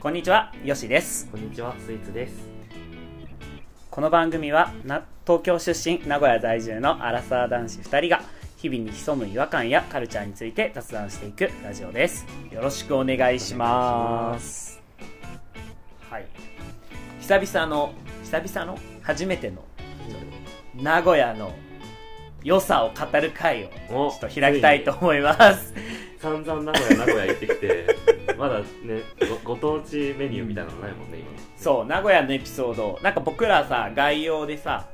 こんにちは、よしです。 こんにちは、スイーツです。 この番組は東京出身、名古屋在住のアラサー男子2人が日々に潜む違和感やカルチャーについて雑談していくラジオです。よろしくお願いします。はい、久々の初めての名古屋の良さを語る会をちょっと開きたいと思います。 散々名古屋行ってきてまだね、ご当地メニューみたいなのないもんね、今。 そう、名古屋のエピソードなんか僕らさ、概要でさ、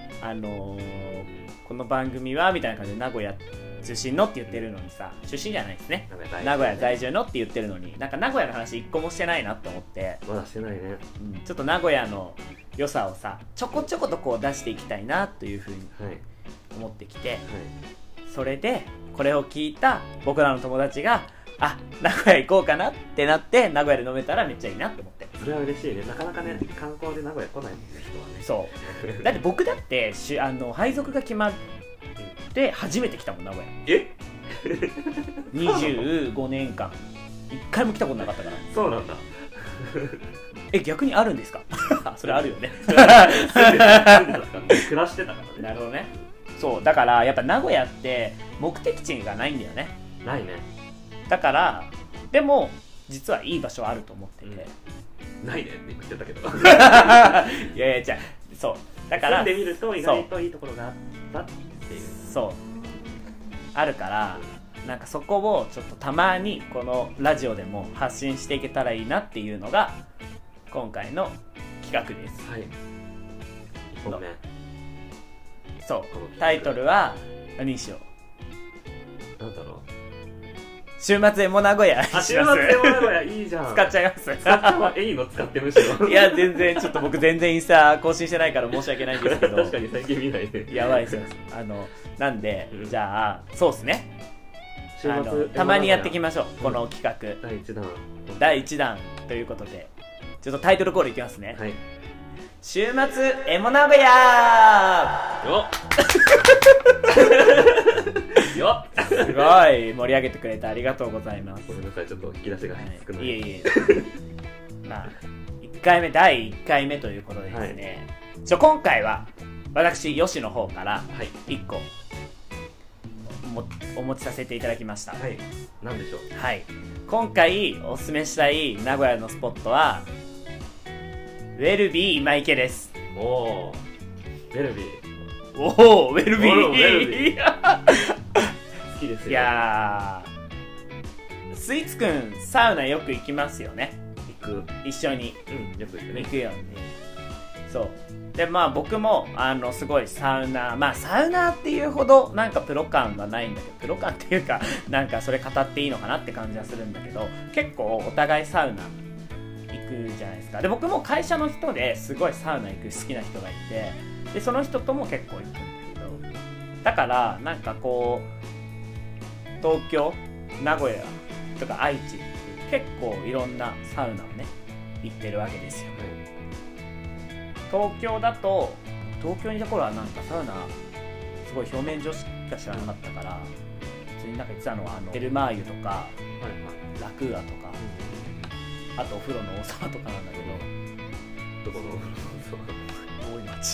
この番組はみたいな感じで名古屋出身のって言ってるのにさ、出身じゃないですね、名古屋在住のって言ってるのに、なんか名古屋の話一個もしてないなって思って、 まだしてないね、 ちょっと名古屋の良さをさ、ちょこちょことこう出していきたいなというふうに思ってきて、それでこれを聞いた僕らの友達が、あ、名古屋行こうかなってなって名古屋で飲めたらめっちゃいいなって思って。 それは嬉しいね。なかなかね、観光で名古屋来ないもんね、人はね。 そうだって僕だって配属が決まって初めて来たもん、名古屋。 え 25年間一回も来たことなかったから。 そうなんだ。 逆にあるんですか？それあるよね。 住んでたからね、暮らしてたからね。 なるほどね。そうだからやっぱ名古屋って目的地がないんだよね。 ないね。 だからでも実はいい場所あると思ってて、 ないねって言ってたけどいやいや、じゃあそうだから住んでみると意外といいところがあったっていう、 そうあるから、なんかそこをちょっとたまにこのラジオでも発信していけたらいいなっていうのが今回の企画です。 はい、1本目。 そうタイトルは何にしよう。 なんだろう。 週末エモ名古屋。 週末エモ名古屋いいじゃん。 使っちゃいます。 使っていいの？使ってむしろ。 いや全然ちょっと僕全然インスタ更新してないから申し訳ないんですけど。 確かに最近見ないね。 やばいですよ。なんで、じゃあそうですね。 週末たまにやっていきましょう、この企画。第1弾ということで、ちょっとタイトルコールいきますね。はい。週末エモ名古屋。 よっよっ、 すごい盛り上げてくれてありがとうございます。 ごめんなさい、ちょっと引き出しが少ない。 いえいえ。まあ第1回目ということでですね、今回は私ヨシの方から1個お持ちさせていただきました。 はい。何でしょう。 はい。今回おすすめしたい名古屋のスポットはウェルビー今池です。 おお、ウェルビー。 おお、ウェルビー。 好きですよ。 いやー、スイーツくんサウナよく行きますよね。 行く。 一緒に。 よく行くね。 行くよね。そうで、まあ僕もすごいサウナ、まあサウナっていうほどなんかプロ感はないんだけど、プロ感っていうかなんかそれ語っていいのかなって感じはするんだけど、結構お互いサウナ行くじゃないですか。で、僕も会社の人ですごいサウナ行く好きな人がいて、でその人とも結構行くんだけど、だからなんかこう東京、名古屋とか愛知、結構いろんなサウナをね行ってるわけですよ。東京だと、東京にいた頃はなんかサウナすごい表面上しか知らなかったから、普通になんか言ってたのはエルマー湯とか、ラクーアとか、あとお風呂の王様とかなんだけど、 どこの大井町。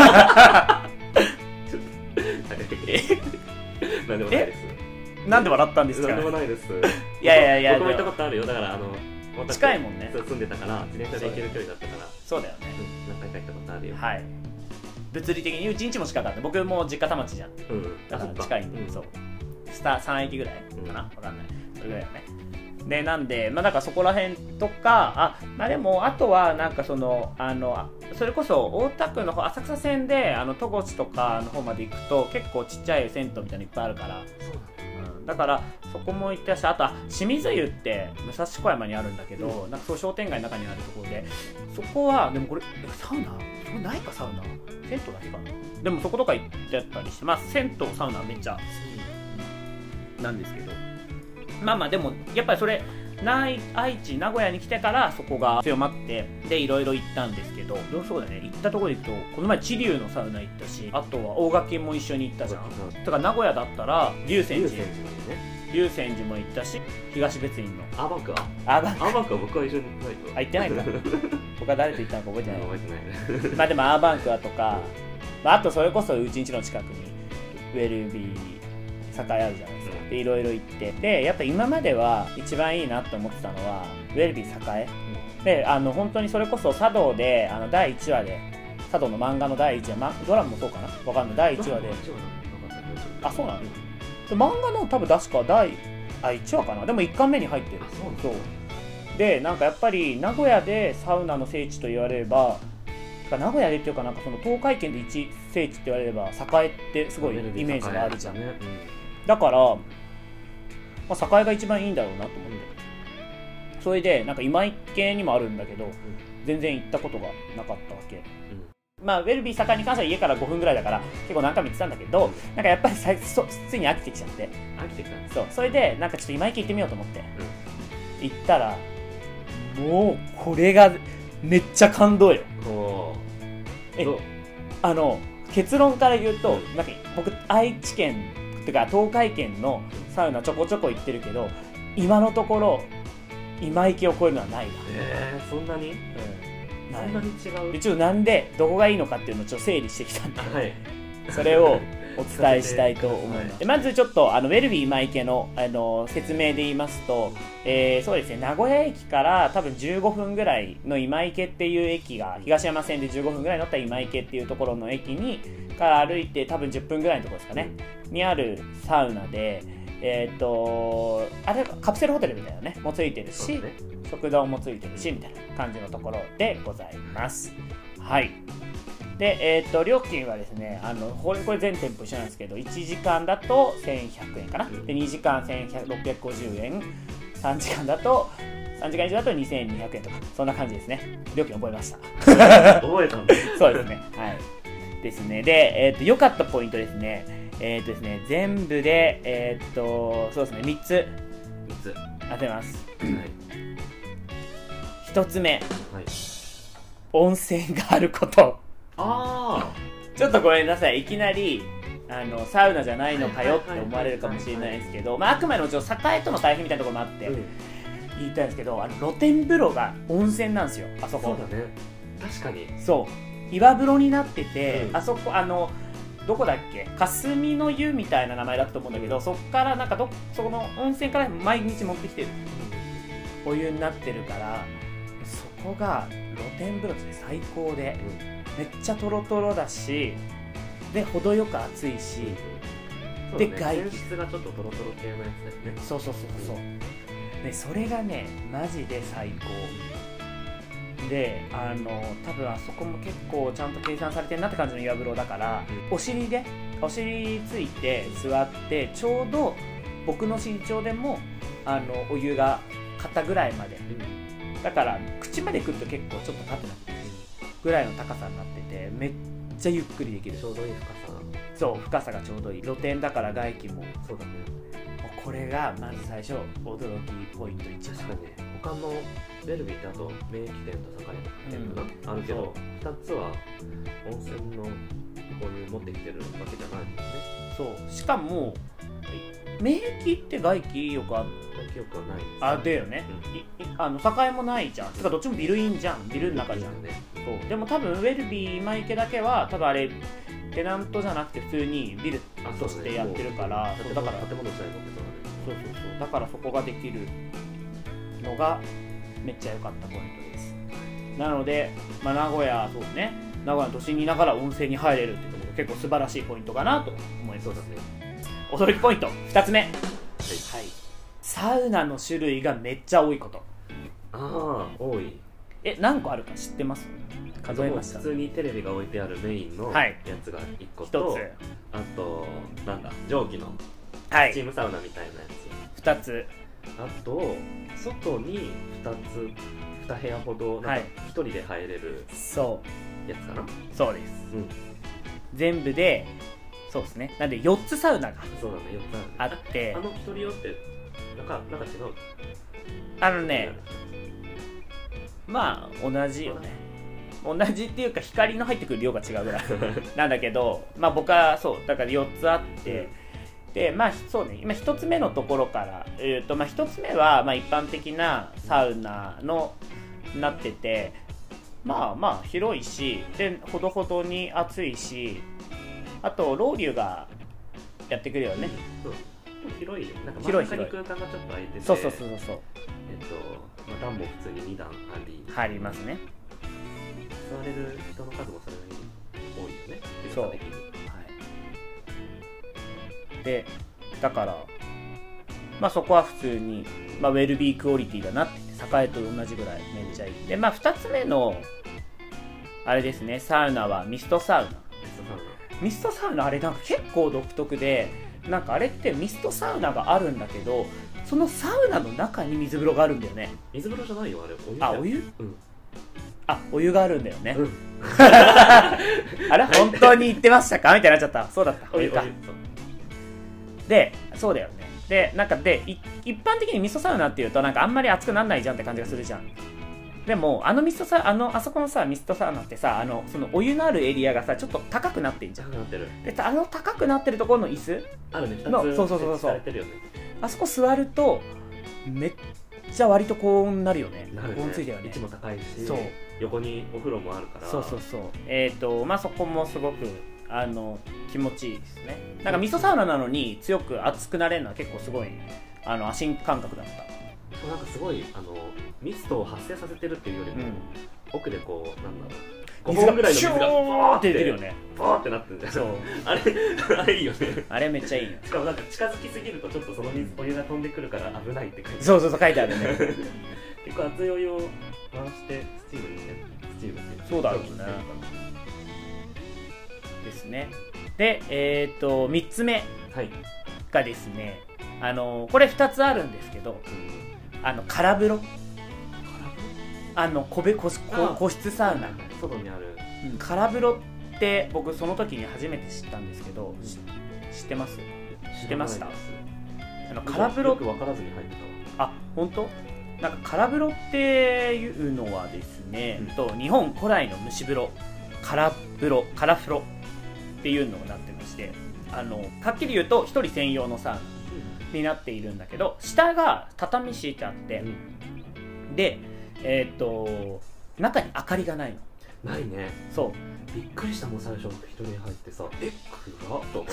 なんでもないです。 なんで笑ったんですか？ なんでもないです。 いやいや、 僕も行ったことあるよ。だから近いもんね。 住んでたから自転車で行ける距離だったから。 そうだよね。 何回か行ったことあるよ。 はい。物理的にうちんちも近かった。僕も実家田町じゃん。だから近いんで、そう。3駅ぐらいかな、わかんない。それぐらいよね。で、なんで、まあだからそこら辺とか、まあでもあとはなんかそれこそ大田区の方、浅草線で戸越とかの方まで行くと結構ちっちゃい銭湯みたいなのいっぱいあるから。だからそこも行ったし、あとは清水湯って武蔵小山にあるんだけど、なんかそう商店街の中にあるところで、そこはでもこれサウナそれないか、サウナ銭湯だけかな。でもそことか行ってたりしてます。銭湯サウナめっちゃなんですけど、まあでもやっぱりそれ愛知名古屋に来てからそこが強まって、でいろいろ行ったんですけど、そうだね、行ったところで行くとこの前知立のサウナ行ったし、あとは大垣も一緒に行ったじゃん。だから名古屋だったら竜泉寺竜泉寺も行ったし、東別院のアーバンクは僕は一緒にないと。 行ってないか僕は誰と行ったのか覚えてない覚えてないまあでもアーバンクアとか、まあ、あとそれこそうちんちの近くにウェルビー栄あるじゃないですか。でいろいろ行って、でやっぱ今までは一番いいなと思ってたのはウェルビー栄で、本当にそれこそ茶道で第1話で茶道の漫画の第1話、ドラマもそうかなわかんない、第1話であ、そうなの、漫画の多分確か1話かな、でも1巻目に入ってる。そうで、なんかやっぱり名古屋でサウナの聖地と言われれば、名古屋でっていうか、なんかその東海圏で一聖地って言われれば栄ってすごいイメージがあるじゃん、だから、まあ、栄が一番いいんだろうなと思って、それでなんか今池にもあるんだけど、全然行ったことがなかったわけ、まあ、ウェルビー栄に関しては家から5分ぐらいだから結構何回も行ってたんだけど、なんかやっぱりついに飽きてきちゃって、そうそれでなんかちょっと今池行ってみようと思って、行ったらもうこれがめっちゃ感動よ。結論から言うと、なんか僕愛知県とか東海圏のサウナちょこちょこ行ってるけど、今のところ今池を超えるのはないな。 そんなに、そんなに違う。 でちょっとなんでどこがいいのかっていうのをちょっと整理してきたんで、 はい、 それをお伝えしたいと思います。でまずちょっとウェルビー今池の、説明で言いますと、そうですね、名古屋駅から多分15分ぐらいの今池っていう駅が、東山線で15分ぐらい乗った今池っていうところの駅にから歩いて多分10分ぐらいのところですかね、にあるサウナで、あれカプセルホテルみたいなねもついてるし、食堂もついてるしみたいな感じのところでございます。はい。で、料金はですね、これ全店舗一緒なんですけど、1時間だと1100円かな、で2時間1650円、3時間以上だと2200円とか、そんな感じですね。料金覚えました覚えたんだそうですね、はいですね。で、良かったポイントですね、ですね、全部でそうですね、3つ当てます、1つ目、温泉があること。ちょっとごめんなさい、いきなりサウナじゃないのかよって思われるかもしれないですけど、まあ、あくまでも栄との対比みたいなところもあって、言いたいんですけど、露天風呂が温泉なんですよ、あそこ。 そうだね、確かに。 そう岩風呂になってて、あそこどこだっけ、霞の湯みたいな名前だったと思うんだけど、そっからなんかそこの温泉から毎日持ってきてるお湯になってるから、そこが露天風呂って最高で、めっちゃトロトロだし、で程よく暑いし、で外気質がちょっとトロトロ系のやつだよね。 そうでそれがねマジで最高で、多分あそこも結構ちゃんと計算されてるなって感じの岩風呂だから、お尻ついて座って、ちょうど僕の身長でもお湯が肩ぐらいまで、だから口まで来ると結構ちょっと立ってなくてぐらいの高さになってて、めっちゃゆっくりできる。 ちょうどいい深さ。 そう、深さがちょうどいい。露天だから外気も。 そうだね。 これがまず最初驚きポイント1。 確かに他のウェルビーってあと免疫店と栄店かな、あるけど、2つは温泉のこういう持ってきてるわけじゃないもんね。 そう、しかも免疫って外気よくある？ 外気よくはないです、ね。 あ、だよね。栄もないじゃん。てかどっちもビルインじゃん。ビルの中じゃん。 ね、 そう。でも多分ウェルビー今池だけは多分あれテナントじゃなくて普通にビルとしてやってるから、 そうだから建物自体持ってそうだね。 そうだからそこができるのがめっちゃ良かったポイントです。なので、まあ、名古屋の都心にいながら温泉に入れるっていうところ結構素晴らしいポイントかなと思います。 そうだね。 驚きポイント2つ目、はい、サウナの種類がめっちゃ多いこと。 多い。 何個あるか知ってます？数えました。 普通にテレビが置いてあるメインのやつが1個と、あとなんだ蒸気のスチームサウナみたいなやつ 2つ、 あと外に2部屋ほどなんか1人で入れるやつかな。 そうです、全部でそうですね。なんで4つサウナがあって、 1人用ってなんか違う。 まあ同じよね。同じっていうか光の入ってくる量が違うぐらいなんだけど、まあ僕はそうだから4つあって、 でまあそうね、今1つ目のところからまあ、1つ目はまあ一般的なサウナのなってて、まあまあ広いし、でほどほどに暑いし、あとロウリュがやってくるよね。 広いよ。なんか真ん中に空間がちょっと空いてて、 そうまあ、 暖房普通に2段ありますね。 座れる人の数もそれなりに多いよね。 そう、はい、でだからまあそこは普通に、まあ、ウェルビークオリティだなって、栄と同じぐらいめっちゃいい。でまあ2つ目のあれですね、サウナはミストサウナ。ミストサウナあれなんか結構独特で、なんかあれってミストサウナがあるんだけど、そのサウナの中に水風呂があるんだよね。 水風呂じゃないよ、あれ。 お湯？ うん。 お湯があるんだよね。 うん、 あれ本当に言ってましたかみたいになっちゃった。そうだった。お湯か。で、そうだよね。で、なんかで、一般的にミストサウナっていうとなんかあんまり熱くなんないじゃんって感じがするじゃん。でもあそこのさミストサウナってさ、そのお湯のあるエリアがさちょっと高くなってんじゃん。 高くなってる。 で高くなってるところの椅子あるね、 そうあそこ座るとめっちゃ割と高温になるよね。高温ついたよね。 位置も高いし、 そう横にお風呂もあるから。 まあそこもすごく気持ちいいですね。なんかミストサウナなのに強く熱くなれるのは結構すごい新感覚だった。 なんかすごいミストを発生させてるっていうよりも、奥でこうなんだろう、5本ぐらいの水がバーって出てるよね。バーってなってるんだよ。そうあれいいよね。 あれめっちゃいいよ。 しかもなんか近づきすぎるとちょっとそのお湯が飛んでくるから危ないって書いてある。 そう書いてあるね。 結構熱いお湯を回してスチームにしてスチームってそうだろうね。ですね。で3つ目がですね、これ2つあるんですけど、空風呂、個室サウナ、 外にある、 空風呂って僕その時に初めて知ったんですけど、知ってます？知ってました？空風呂よく分からずに入ってたわ。 あ、本当？なんか空風呂っていうのはですね、日本古来の蒸し風呂、空風呂っていうのになってまして、はっきり言うと一人専用のサウナになっているんだけど、下が畳敷いてあって、で中に明かりがないの。ないね。 そうびっくりした。もう最初一人入ってさ、暗っと思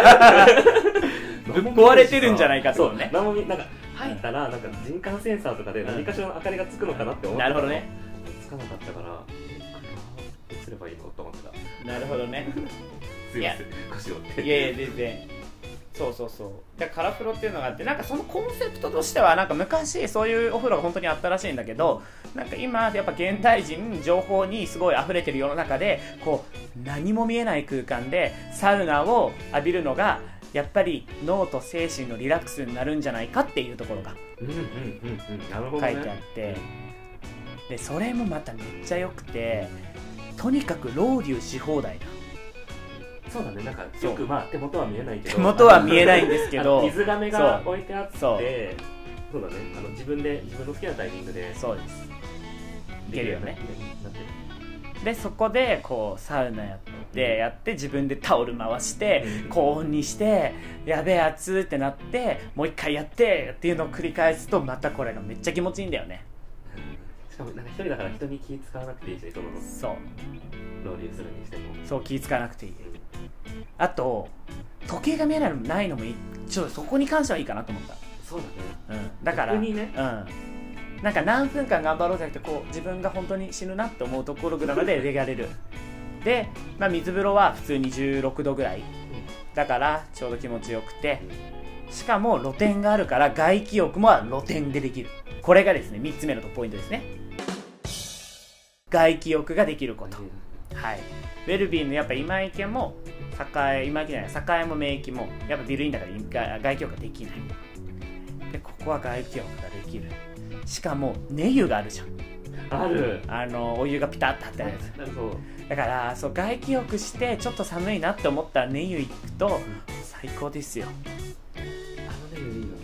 ってぶっ壊れてるんじゃないかとね。 なんか入ったらなんか人感センサーとかで何かしらの明かりがつくのかなって思ってた。 なるほどね。 つかなかったからどうすればいいのと思ってた。 なるほどね。 すいません、腰折って。 いや全然。そうで空風呂っていうのがあって、なんかそのコンセプトとしてはなんか昔そういうお風呂が本当にあったらしいんだけど、なんか今やっぱ現代人情報にすごい溢れてる世の中で、こう何も見えない空間でサウナを浴びるのがやっぱり脳と精神のリラックスになるんじゃないかっていうところが書いてあって、でそれもまためっちゃ良くて、とにかくロウリュし放題だ。 そうだね、なんかよく手元は見えないけど、 手元は見えないんですけど水がめが置いてあって、そうだね、自分の好きなタイミングでそうです、いけるよね。でそこでこうサウナやって自分でタオル回して高温にしてやべえ熱ってなってもう一回やってっていうのを繰り返すと、またこれがめっちゃ気持ちいいんだよね。 しかもなんか一人だから人に気使わなくていいし、そうロウリュするにしてもそう気使わなくていい。あと時計が見えないのもいい。ちょっとそこに関してはいいかなと思った。 そうだね。 だから逆にね、 なんか何分間頑張ろうじゃなくて、こう自分が本当に死ぬなって思うところぐらいまで出られる。で、水風呂は普通に16度ぐらいだからちょうど気持ちよくて、しかも露天があるから外気浴も露天でできる。これがですね3つ目のポイントですね。外気浴ができること。はい。ウェルビーのやっぱ今池も栄も名駅もやっぱビルインだから外気浴ができない。でここは外気浴ができる。しかも寝湯があるじゃん。 ある。 お湯がピタッと張ってあるやつ。だから外気浴してちょっと寒いなって思ったら寝湯行くと最高ですよ。 寝湯いいよね。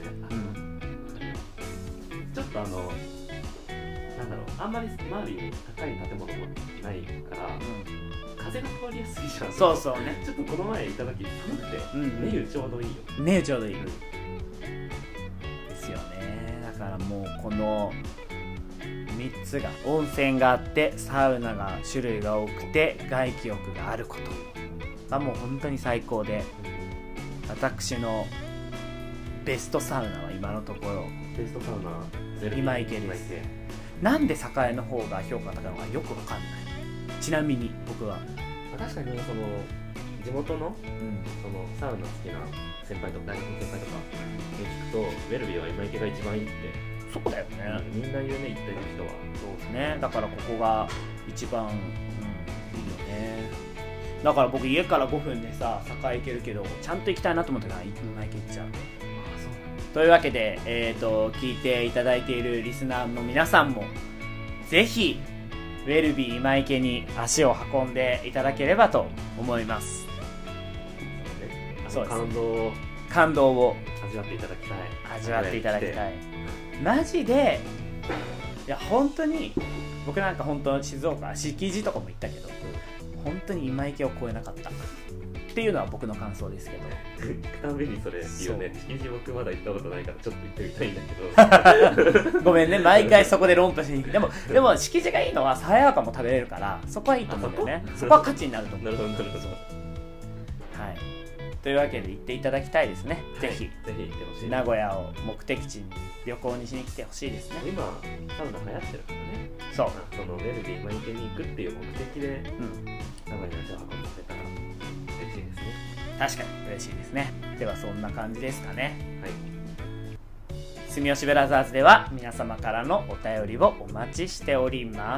ちょっとなんだろう、あんまり周りに高い建物もないから、 風が通りやすいじゃん。 そうそうね。 ちょっとこの前行った時寒くて、メニューちょうどいいよ。 メニューちょうどいい、ですよね。だからもうこの3つが、温泉があってサウナが種類が多くて外気浴があることがもう本当に最高で、私のベストサウナは今のところベストサウナ今池です。なんで栄の方が評価高いのかよくわかんない。ちなみに僕は確かにその地元の、そのサウナ好きな先輩とか大学の先輩とかに聞くと、ウェルビーは今池が一番いいって。 そうだよね、 みんな言うね、行ってる人は。 そうですね。だからここが一番、いいよね。だから僕家から5分でさ栄行けるけど、ちゃんと行きたいなと思ったら今池行っちゃう。というわけで、聞いていただいているリスナーの皆さんもぜひウェルビー今池に足を運んでいただければと思います。 そうです。 感動を味わっていただきたい。 味わっていただきたい。マジで、いや本当に僕なんか本当静岡敷地とかも行ったけど、本当に今池を超えなかったっていうのは僕の感想ですけど。 行くたびにそれ言うね。敷地僕まだ行ったことないからちょっと行ってみたいんだけど。ごめんね、毎回そこで論破しに行く。でも敷地がいいのは爽やかも食べれるから、そこはいいと思うんだよね。そこは価値になると思う。 なるほどなるほど。 はい。というわけで行っていただきたいですね。ぜひ行ってほしい。 名古屋を目的地に旅行にしに来てほしいですね。 今サウナ流行ってるからね。 そう。 そのウェルビー今池に行くっていう目的で、名古屋に足を運んでくれたら嬉しいですね。 確かに嬉しいですね。ではそんな感じですかね。 はい。 住吉ブラザーズでは皆様からのお便りをお待ちしております。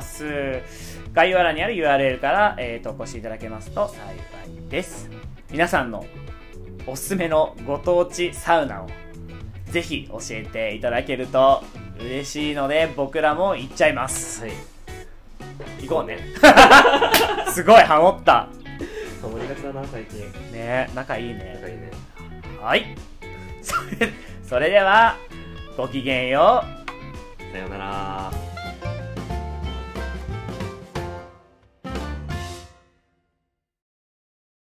概要欄にある URL から、投稿していただけますと幸いです。皆さんのおすすめのご当地サウナをぜひ教えていただけると嬉しいので、僕らも行っちゃいます。 はい。 行こうね。すごいハモった。 ハモりがちだな最近。 ね、仲いいね。 仲いいね。 はい。それではごきげんよう。 さようなら。